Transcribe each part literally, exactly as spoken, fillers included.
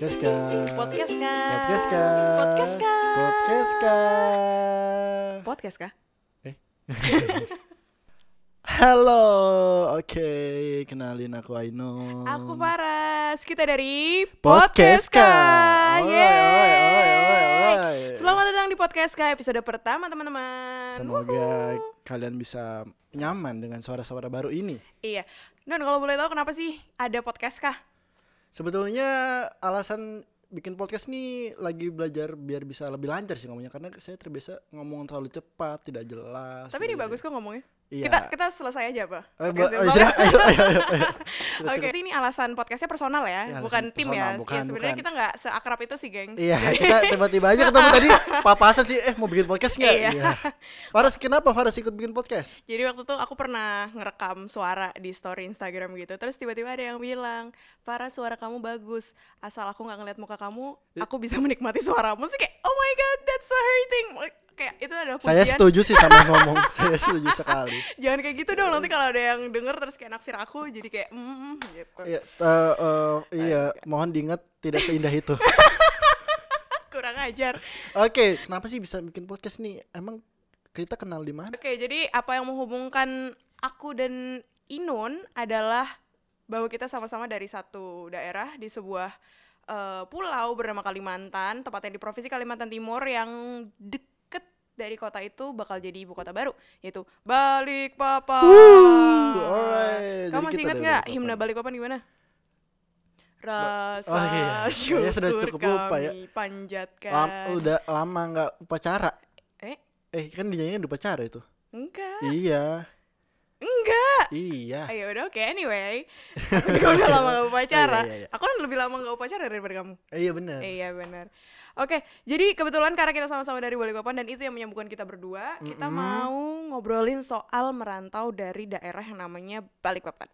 Podcast kah? Podcast kah? Podcast kah? Podcast kah? Podcast kah? Podcast kah? Eh. Halo, oke, kenalin aku Aino. Aku Paras, kita dari Podcast Podcast kah? kah? Oi, Yeay. oi, oi, oi, oi. Selamat datang di Podcast kah episode pertama teman-teman. Semoga Wuhu. kalian bisa nyaman dengan suara-suara baru ini. Iya. Non, kalau boleh tahu kenapa sih ada Podcast kah? Sebetulnya alasan bikin podcast nih lagi belajar biar bisa lebih lancar sih ngomongnya, karena saya terbiasa ngomong terlalu cepat, tidak jelas. Tapi ini bagus kok ngomongnya. Iya. Kita kita selesai aja apa? Eh, Podcast ba- ini oh, soalnya- ayo, ayo, ayo, ayo. Oke, ini alasan podcastnya personal ya, Ya, bukan alasan tim personal, ya. bukan, ya sebenarnya bukan. kita nggak seakrab itu sih, gengs. Iya, kita tiba-tiba aja ketemu tadi papasan sih, eh mau bikin podcast nggak? Iya. Faras, kenapa Faras ikut bikin podcast? Jadi waktu itu aku pernah ngerekam suara di story Instagram gitu. Terus tiba-tiba ada yang bilang, Farah suara kamu bagus. Asal aku gak ngeliat muka kamu, aku bisa menikmati suaramu. Terus kayak, oh my god, that's so hurting. Kayak itu adalah pujian. Saya setuju sih sama yang ngomong, saya setuju sekali. Jangan kayak gitu dong, nanti kalau ada yang denger terus kayak naksir aku, jadi kayak, mm, gitu. Iya, uh, uh, iya, mohon diingat tidak seindah itu. Kurang ajar. Oke, kenapa sih bisa bikin podcast nih? Emang kita kenal di mana? Oke, jadi apa yang menghubungkan aku dan Inun adalah bahwa kita sama-sama dari satu daerah di sebuah uh, pulau bernama Kalimantan, tepatnya di Provinsi Kalimantan Timur yang deket dari kota itu bakal jadi ibu kota baru, yaitu Balikpapan. Wuh, alright. Kamu Jadi masih kita ingat dari nggak Balikpapan. himne Balikpapan gimana? Rasa Oh iya, syukur saya sudah cukup lupa ya. kami panjatkan. Lam- udah lama nggak upacara. Eh, Eh kan dinyanyiin di upacara itu. enggak, Iya, enggak. iya. Ayo udah oke anyway. Aku juga udah lama gak upacara. Oh, iya, iya, iya. Aku kan lebih lama gak upacara daripada kamu. Eh, iya benar. Eh, iya benar. Oke, jadi kebetulan karena kita sama-sama dari Balikpapan dan itu yang menyambungkan kita berdua, kita Mm-mm. mau ngobrolin soal merantau dari daerah yang namanya Balikpapan.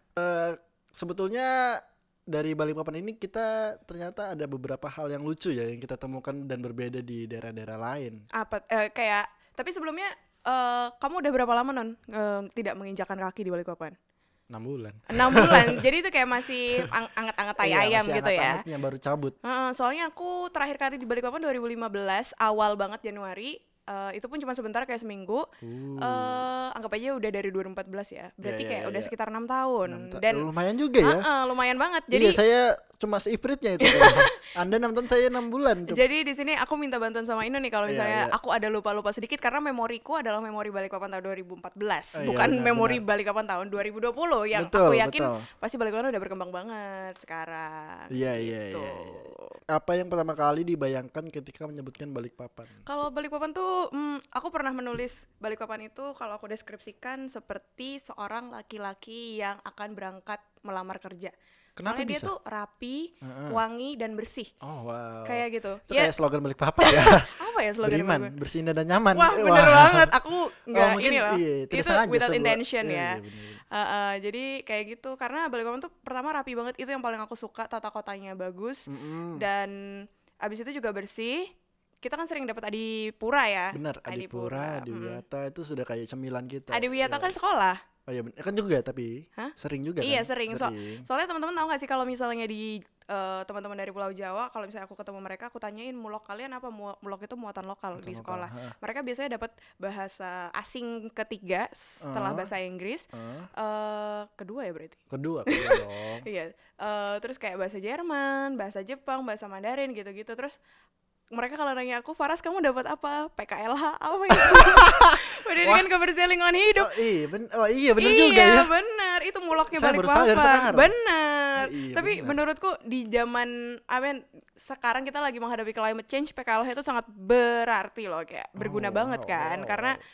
Sebetulnya dari Balikpapan ini kita ternyata ada beberapa hal yang lucu ya yang kita temukan dan berbeda di daerah-daerah lain. Apa eh, kayak tapi sebelumnya eh, kamu udah berapa lama non eh, tidak menginjakan kaki di Balikpapan? enam bulan. enam bulan. Jadi itu kayak masih ang- anget-anget tai Iya, ayam masih gitu ya. anget-angetnya baru cabut. Heeh, soalnya aku terakhir kali di Balikpapan dua ribu lima belas, awal banget Januari. Eh, itu pun cuma sebentar kayak seminggu. Uh. Eh, anggap aja udah dari dua ribu empat belas ya. Berarti Iya, iya, kayak iya, udah iya. sekitar enam tahun. enam ta- Dan lumayan juga ya. Heeh, lumayan banget. Jadi Jadi iya, saya cuma seifritnya itu. Anda enam tahun, saya enam bulan. Tuh. jadi di sini aku minta bantuan sama Ino nih kalau Iya, misalnya iya. aku ada lupa-lupa sedikit karena memoriku adalah memori Balikpapan tahun dua ribu empat belas, Oh, iya, bukan benar, memori benar. Balikpapan tahun dua ribu dua puluh yang Betul, aku yakin betul. pasti Balikpapan udah berkembang banget sekarang. Iya, iya, gitu. iya, iya. Apa yang pertama kali dibayangkan ketika menyebutkan Balikpapan? Kalau Balikpapan tuh, hmm, aku pernah menulis Balikpapan itu kalau aku deskripsikan seperti seorang laki-laki yang akan berangkat melamar kerja. Kenapa Soalnya dia bisa? tuh rapi, Heeh. wangi dan bersih, Oh wow. kayak gitu. Itu Ya kayak slogan Balikpapan ya. apa ya slogan Beriman, Balikpapan? bersih indah dan nyaman. Wah bener banget, aku nggak Oh, mungkin ini loh, iya, tidak itu sengaja without sebuah- intention iya, ya. iya, bener. Uh, uh, jadi kayak gitu, karena Balikpapan tuh pertama rapi banget, itu yang paling aku suka, tata kotanya bagus, Mm-mm. dan abis itu juga bersih. Kita kan sering dapat Adipura ya. Bener, Adipura, Adiwiyata itu sudah kayak cemilan kita. Adiwiyata Ya. kan sekolah. Oh iya bener, kan juga tapi Hah? sering juga Iya kan? sering. So- soalnya teman-teman tahu nggak sih kalau misalnya di uh, teman-teman dari Pulau Jawa, kalau misalnya aku ketemu mereka, aku tanyain mulok kalian apa? Mu- mulok itu muatan lokal Muatan di lokal, sekolah. ha. Mereka biasanya dapat bahasa asing ketiga setelah Uh. bahasa Inggris. Hah? Eh kedua ya berarti. Kedua, kedua dong. Iya. Eh terus kayak bahasa Jerman, bahasa Jepang, bahasa Mandarin gitu-gitu. Terus mereka kalau nanya aku, Faras kamu dapat apa? P K L H apa itu? Pendidikan kebersihan lingkungan hidup. Oh iya, ben- oh, iya bener iya, juga ya. bener. Itu muloknya Saya baru sadar Balikpapan. sekarang. Bener. Oh, iya, Tapi bener. menurutku di zaman, I mean, sekarang kita lagi menghadapi climate change, P K L H itu sangat berarti loh, kayak berguna Oh, banget wow, kan. wow, Karena wow.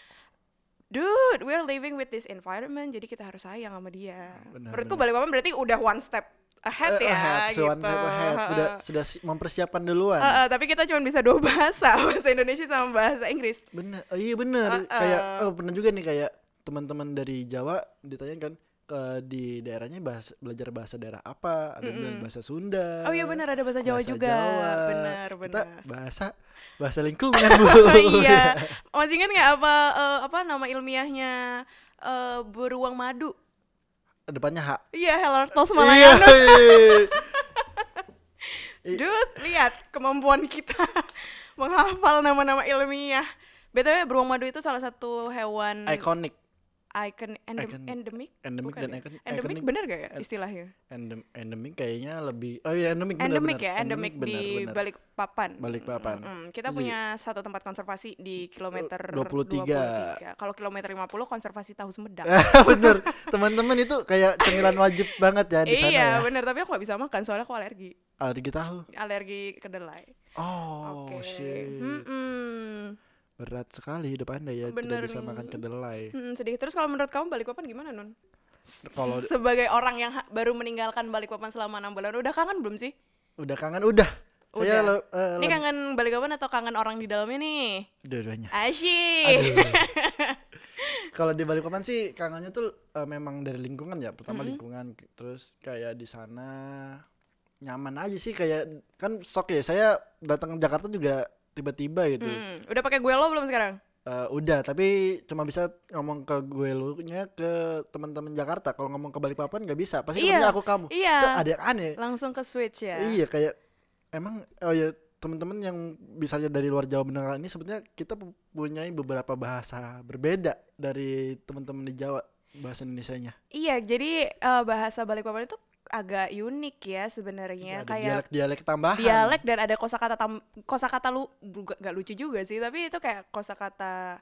dude, we're living with this environment, jadi kita harus sayang sama dia. Benar, Menurutku benar. Balikpapan berarti udah one step ahead Eh, ya, ahead, so one gitu. step ahead. Sudah sudah si- mempersiapkan duluan. Uh, uh, tapi kita cuma bisa dua bahasa, bahasa Indonesia sama bahasa Inggris. Bener, oh, iya bener. Uh, uh. Kayak oh pernah juga nih kayak teman-teman dari Jawa ditanyakan ke di daerahnya bahasa, belajar bahasa daerah apa? Ada yang bilang bahasa Sunda. Oh iya benar, ada bahasa Jawa bahasa juga. Jawa. Benar, Kita benar. bahasa bahasa lingkungan Bu. Iya. Masih ingat nggak apa eh, apa nama ilmiahnya eh, beruang madu? Depannya H. Iya, Helartos Iya, malayanus. iya. Dude, lihat kemampuan kita menghafal nama-nama ilmiah. B T W beruang madu itu salah satu hewan Iconic. icon endem, Iconic. endemik. Endemik Bukan dan ya? icon- endemik iconic. bener gak ya istilahnya? Endem, endemik kayaknya lebih. Oh iya endemik benar. Endemik ya, endemik di benar, benar. Balikpapan. Balikpapan. Mm-mm. Kita Itu punya satu tempat konservasi di kilometer dua puluh tiga. Kalau kilometer lima puluh konservasi tahu Sumedang. Bener, teman-teman itu kayak cemilan wajib banget ya di sana Iya, ya. bener, tapi aku gak bisa makan soalnya aku alergi. Alergi tahu. Alergi kedelai. Oh, Oke. shit. Mm-mm. Berat sekali hidup Anda ya, Bener tidak bisa nih. makan kedelai. Hmm, sedih. Terus kalau menurut kamu Balikpapan gimana, Nun? Kalau Sebagai orang yang ha- baru meninggalkan Balikpapan selama enam bulan, udah kangen belum sih? udah kangen udah. Udah. Saya le- eh, Ini lem- kangen Balikpapan atau kangen orang di dalamnya nih? dua-duanya. Asyik. Aduh. Kalau di Balikpapan sih kangennya tuh eh, memang dari lingkungan ya. Pertama Mhm. lingkungan, terus kayak di sana nyaman aja sih, kayak kan sok ya. Saya datang ke Jakarta juga tiba-tiba gitu. Hmm, udah pakai gue lo belum sekarang? Eh, udah, tapi cuma bisa ngomong ke gue lu nya ke teman-teman Jakarta. Kalau ngomong ke Balikpapan nggak bisa. Pasti Iya. ngomongnya aku kamu. Iya. Tuh ada yang aneh. Langsung ke switch ya. Iya, kayak emang oh ya teman-teman yang misalnya dari luar Jawa beneran ini sebetulnya kita pu- punyai beberapa bahasa berbeda dari teman-teman di Jawa, bahasa Indonesianya. Iya, jadi eh, bahasa Balikpapan itu agak unik ya sebenarnya, Ada kayak dialek-dialek tambahan. dialek dan ada kosakata tam kosakata lu bu- gak lucu juga sih, tapi itu kayak kosakata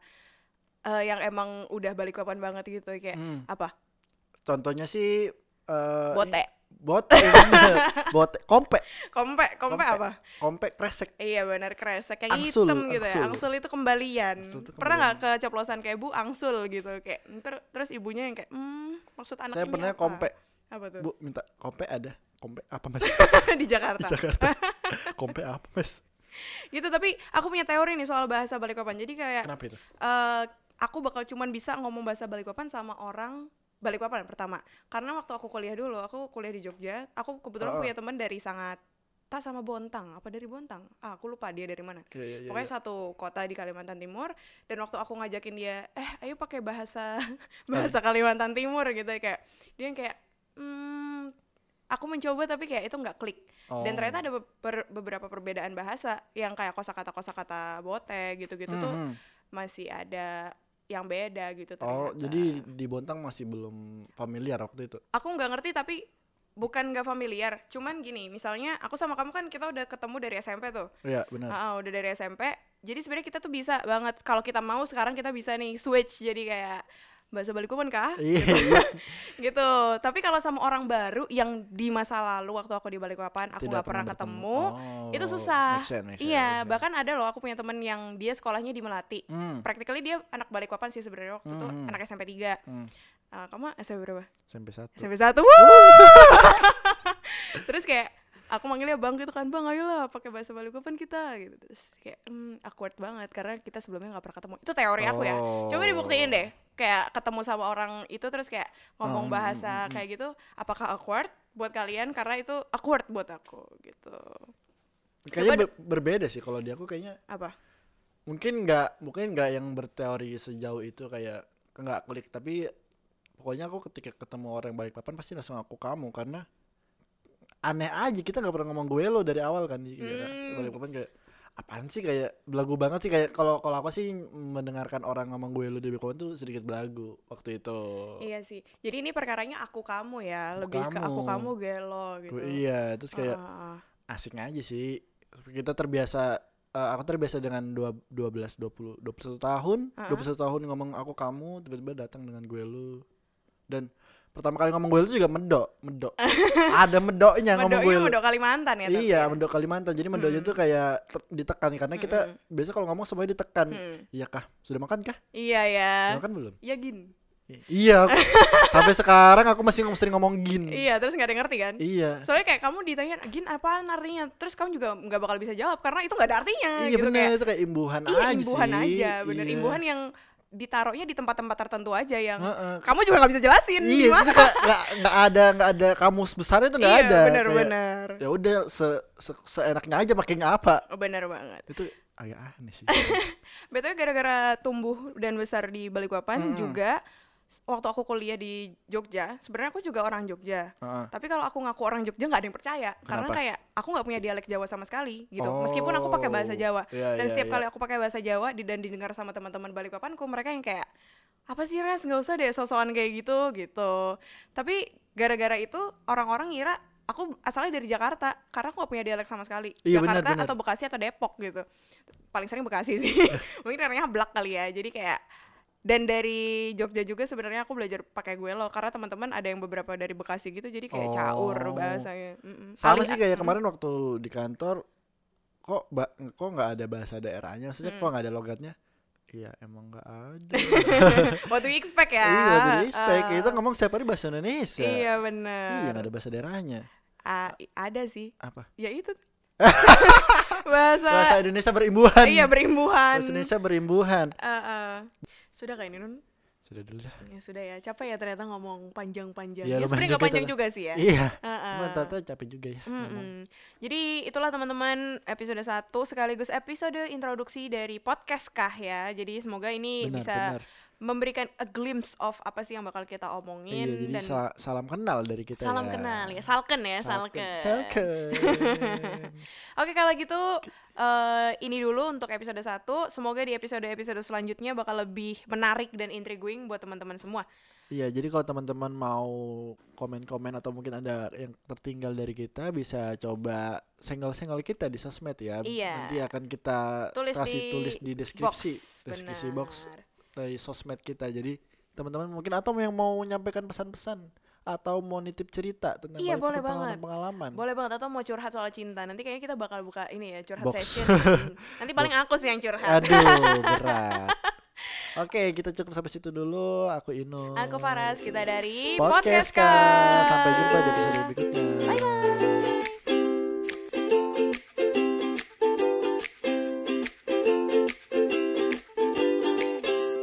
eh, yang emang udah Balikpapan banget gitu, kayak Hmm. apa? Contohnya sih eh, Bote. Bote, bener. Bote, kompe, Kompe, kompe Kompe. apa? kompe kresek. Iya benar, kresek yang Angsul, hitam gitu ya. angsul. Angsul itu kembalian. Angsul itu Pernah nggak keceplosan kayak Bu angsul gitu, kayak ter- terus ibunya yang kayak hmm maksud anak Saya ini pernah apa? kompe. Apa tuh? Bu, minta kompe ada. Kompe apa Mas? Di Jakarta. Di Jakarta. Kompe apa Mas? Gitu, tapi aku punya teori nih soal bahasa Balikpapan. Jadi kayak Kenapa itu? eh, aku bakal cuman bisa ngomong bahasa Balikpapan sama orang Balikpapan pertama. Karena waktu aku kuliah dulu, aku kuliah di Jogja, aku kebetulan Oh, oh. punya teman dari Sangat tak sama Bontang, apa dari Bontang? Ah, aku lupa dia dari mana. Iya, iya, iya, Pokoknya iya. satu kota di Kalimantan Timur, dan waktu aku ngajakin dia, eh ayo pakai bahasa bahasa Kalimantan Timur gitu, kayak dia yang kayak hmm, aku mencoba tapi kayak itu nggak klik. Dan Oh. ternyata ada beber- beberapa perbedaan bahasa yang kayak kosakata-kosakata bote gitu-gitu tuh Mhm. masih ada yang beda gitu Oh, ternyata. jadi di Bontang masih belum familiar waktu itu. Aku nggak ngerti, tapi bukan nggak familiar, cuman gini, misalnya aku sama kamu kan kita udah ketemu dari S M P tuh. Iya, benar. Ah, ah, udah dari S M P. Jadi sebenarnya kita tuh bisa banget kalau kita mau sekarang kita bisa nih switch jadi kayak bahasa Balikpapan kah? Iya, iya. Gitu. Tapi kalau sama orang baru yang di masa lalu waktu aku di Balikpapan aku Tidak nggak pernah ketemu, Oh, itu susah. make sense, make sense, Iya, make sense. bahkan ada loh aku punya temen yang dia sekolahnya di Melati. Hmm, Practically dia anak Balikpapan sih sebenarnya waktu itu, Hmm. anak S M P tiga. hmm. Ah, kamu S M P berapa? Sampai satu. S M P satu. Terus kayak aku manggilnya Bang gitu kan, Bang ayolah pakai bahasa Balikpapan kita gitu. Terus kayak hmm, awkward banget karena kita sebelumnya nggak pernah ketemu. Itu teori aku ya. Coba Oh. dibuktiin deh. Kayak ketemu sama orang itu terus kayak ngomong Hmm, bahasa hmm, hmm. kayak gitu, apakah awkward buat kalian? Karena itu awkward buat aku gitu. Kayaknya Coba ber- berbeda sih kalau di aku kayaknya Apa? mungkin nggak mungkin nggak yang berteori sejauh itu kayak nggak klik, tapi pokoknya aku ketika ketemu orang Balikpapan pasti langsung aku kamu karena aneh aja, kita nggak pernah ngomong gue lo dari awal kan. Kayak Hmm. Balikpapan kayak apaan sih, kayak belagu banget sih, kayak kalau kalau aku sih mendengarkan orang ngomong gue lo di Balikpapan tuh sedikit belagu waktu itu. Iya sih. Jadi ini perkaranya aku kamu ya, Aku lebih ke aku kamu. kamu gelo gitu. Gue- iya, terus kayak Ah, asik aja sih. Kita terbiasa eh, aku terbiasa dengan dua dua belas dua puluh dua puluh satu tahun, Uh-uh. dua puluh satu tahun ngomong aku kamu, tiba-tiba datang dengan gue lu. Dan pertama kali ngomong gue lu juga medok, medok. Ada medoknya ngomong gue Medoknya lu. medok Kalimantan ya tapi Iya, ya? medok Kalimantan. Jadi medoknya Hmm. tuh kayak ter- ditekan karena kita Mm-mm. biasa kalau ngomong semuanya ditekan. Hmm. Iya kah? Sudah makan kah? Iya ya. Sudah makan belum? Ya gin. Iya. Sampai sekarang aku masih ngom- sering ngomong gin. Iya, terus nggak ada yang ngerti kan? Iya. Soalnya kayak kamu ditanya gin apaan artinya, terus kamu juga nggak bakal bisa jawab karena itu nggak ada artinya Iya gitu bener, kayak. itu kayak imbuhan Iya, aja imbuhan sih. aja, bener Iya. imbuhan yang ditaruhnya di tempat-tempat tertentu aja yang Heeh. kamu juga nggak bisa jelasin Iya, gimana. itu kayak nggak nggak ada nggak ada kamus besarnya tuh nggak Iya, ada. bener-bener. Kayak, ya udah se, se seenaknya aja pakainya apa. Oh, bener banget. Itu agak aneh sih. B T W gara-gara tumbuh dan besar di Balikpapan Mm-mm. juga waktu aku kuliah di Jogja, sebenarnya aku juga orang Jogja. Heeh. Tapi kalau aku ngaku orang Jogja nggak ada yang percaya, karena Kenapa? kayak aku nggak punya dialek Jawa sama sekali gitu. Oh, Meskipun aku pakai bahasa Jawa. iya, Dan iya, setiap iya. kali aku pakai bahasa Jawa di- dan didengar sama teman-teman Balikpapanku, mereka yang kayak apa sih Res, nggak usah deh sosokan kayak gitu gitu. Tapi gara-gara itu orang-orang ngira aku asalnya dari Jakarta, karena aku nggak punya dialek sama sekali. Iya, benar, Jakarta benar. atau Bekasi atau Depok gitu. Paling sering Bekasi sih. Mungkin karena blak kali ya. Jadi kayak, dan dari Jogja juga sebenarnya aku belajar pakai gue lo, karena teman-teman ada yang beberapa dari Bekasi gitu, jadi kayak caur Oh. bahasanya. Mm-mm. Sama Ali- sih kayak mm. kemarin waktu di kantor, kok ba- kok nggak ada bahasa daerahnya, maksudnya Hmm. kok nggak ada logatnya? Iya emang nggak ada. What do you expect ya? Iya, dari spek Eh, kita ngomong setiap hari bahasa Indonesia. Iya Iya, bener. nggak ada bahasa daerahnya. Ah, i- ada sih. Apa? Ya itu. bahasa, Bahasa Indonesia berimbuhan. iya berimbuhan. Bahasa Indonesia berimbuhan. Eh, eh. Sudah kayak ini Nun? Sudah dulu dah. Ya sudah ya, capek ya ternyata ngomong panjang-panjang. Iya, Ya, lumayan sebenarnya juga nggak panjang ternyata. juga sih ya. Iya. Heeh. Cuma ternyata capek juga ya. ngomong. Mm-mm. Jadi itulah teman-teman episode satu sekaligus episode introduksi dari podcast Kah ya. Jadi semoga ini Benar, bisa benar. memberikan a glimpse of apa sih yang bakal kita omongin. Iya, jadi dan sala- salam kenal dari kita salam ya. kenal ya, salken ya, salken. Salken. Oke kalau gitu eh, ini dulu untuk episode satu. Semoga di episode-episode selanjutnya bakal lebih menarik dan intriguing buat teman-teman semua. Iya, jadi kalau teman-teman mau komen-komen atau mungkin ada yang tertinggal dari kita, bisa coba senggol-senggol kita di sosmed ya. Iya. Nanti akan kita Tulis kasih di tulis di deskripsi, box, deskripsi benar. box dari sosmed kita. Jadi teman-teman mungkin atau yang mau menyampaikan pesan-pesan atau mau nitip cerita tentang Iya, balik boleh banget. pengalaman-pengalaman. Boleh banget, atau mau curhat soal cinta. Nanti kayaknya kita bakal buka ini ya, curhat Box. session. Nanti paling aku sih yang curhat. Aduh, berat. Oke, kita cukup sampai situ dulu. Aku Ino. Aku Faras, kita dari Podcast Podcast Kah. Kah. Sampai jumpa di episode